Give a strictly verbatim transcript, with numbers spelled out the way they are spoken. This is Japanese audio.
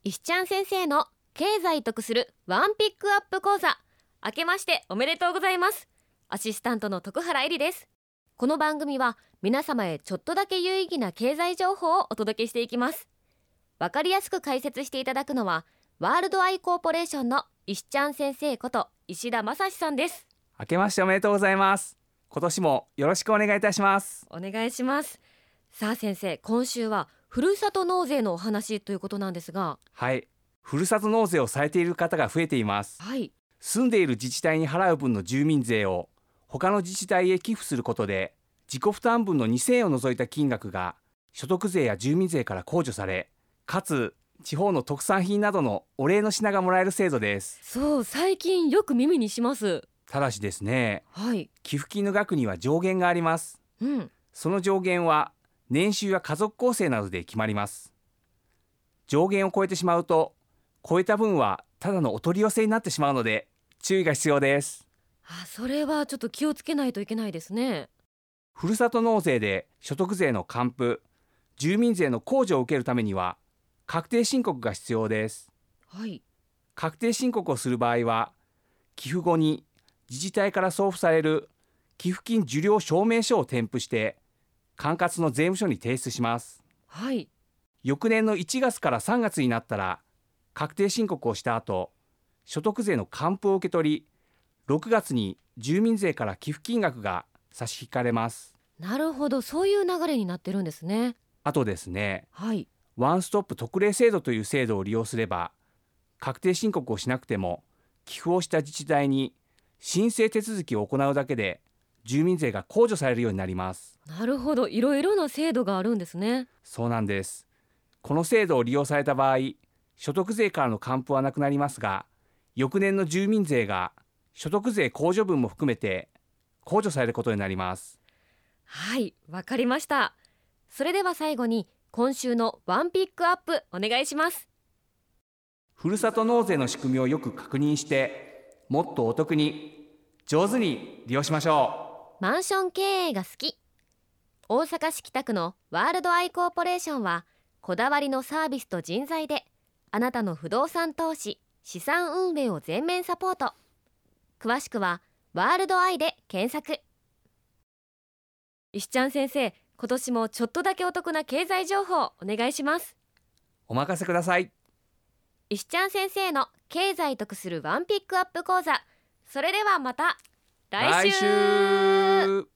石ちゃん先生の経済得するワンピックアップ講座、明けましておめでとうございます。アシスタントの徳原えりです。この番組は皆様へちょっとだけ有意義な経済情報をお届けしていきます。わかりやすく解説していただくのはワールドアイコーポレーションの石ちゃん先生こと石田正史さんです。 明けましておめでとうございます。今年もよろしくお願いいたします。 お願いします。さあ先生、今週はふるさと納税のお話ということなんですが、 はい、ふるさと納税をされている方が増えています。 はい、 住んでいる自治体に払う分の住民税を他の自治体へ寄付することで、自己負担分のにせんえんを除いた金額が所得税や住民税から控除され、かつ地方の特産品などのお礼の品がもらえる制度です。 そう、最近よく耳にします。 ただしですね、 はい、 寄付金の額には上限があります。 うん、 その上限は年収や家族構成などで決まります。上限を超えてしまうと、超えた分はただのお取り寄せになってしまうので注意が必要です。 あ、それはちょっと気をつけないといけないですね。 ふるさと納税で所得税の還付、住民税の控除を受けるためには確定申告が必要です。 はい、 確定申告をする場合は、寄付後に自治体から送付される寄付金受領証明書を添付して管轄の税務署に提出します。 はい、 翌年のいちがつからさんがつになったら確定申告をした後、所得税の還付を受け取り、ろくがつに住民税から寄付金額が差し引かれます。 なるほど、そういう流れになってるんですね。 あとですね、 はい、 ワンストップ特例制度という制度を利用すれば、確定申告をしなくても寄付をした自治体に申請手続きを行うだけで住民税が控除されるようになります。 なるほど、いろいろな制度があるんですね。 そうなんです。この制度を利用された場合、所得税からの還付はなくなりますが、翌年の住民税が所得税控除分も含めて控除されることになります。 はい、わかりました。それでは最後に今週のワンピックアップお願いします。 ふるさと納税の仕組みをよく確認して、もっとお得に上手に利用しましょマンション経営が好き。大阪市北区のワールドアイコーポレーションは、こだわりのサービスと人材であなたの不動産投資、資産運営を全面サポート。詳しくはワールドアイで検索。石ちゃん先生、今年もちょっとだけお得な経済情報お願いします。 う。お任せください。 石ちゃん先生の経済得するワンピックアップ講座、それではまた来週。 来週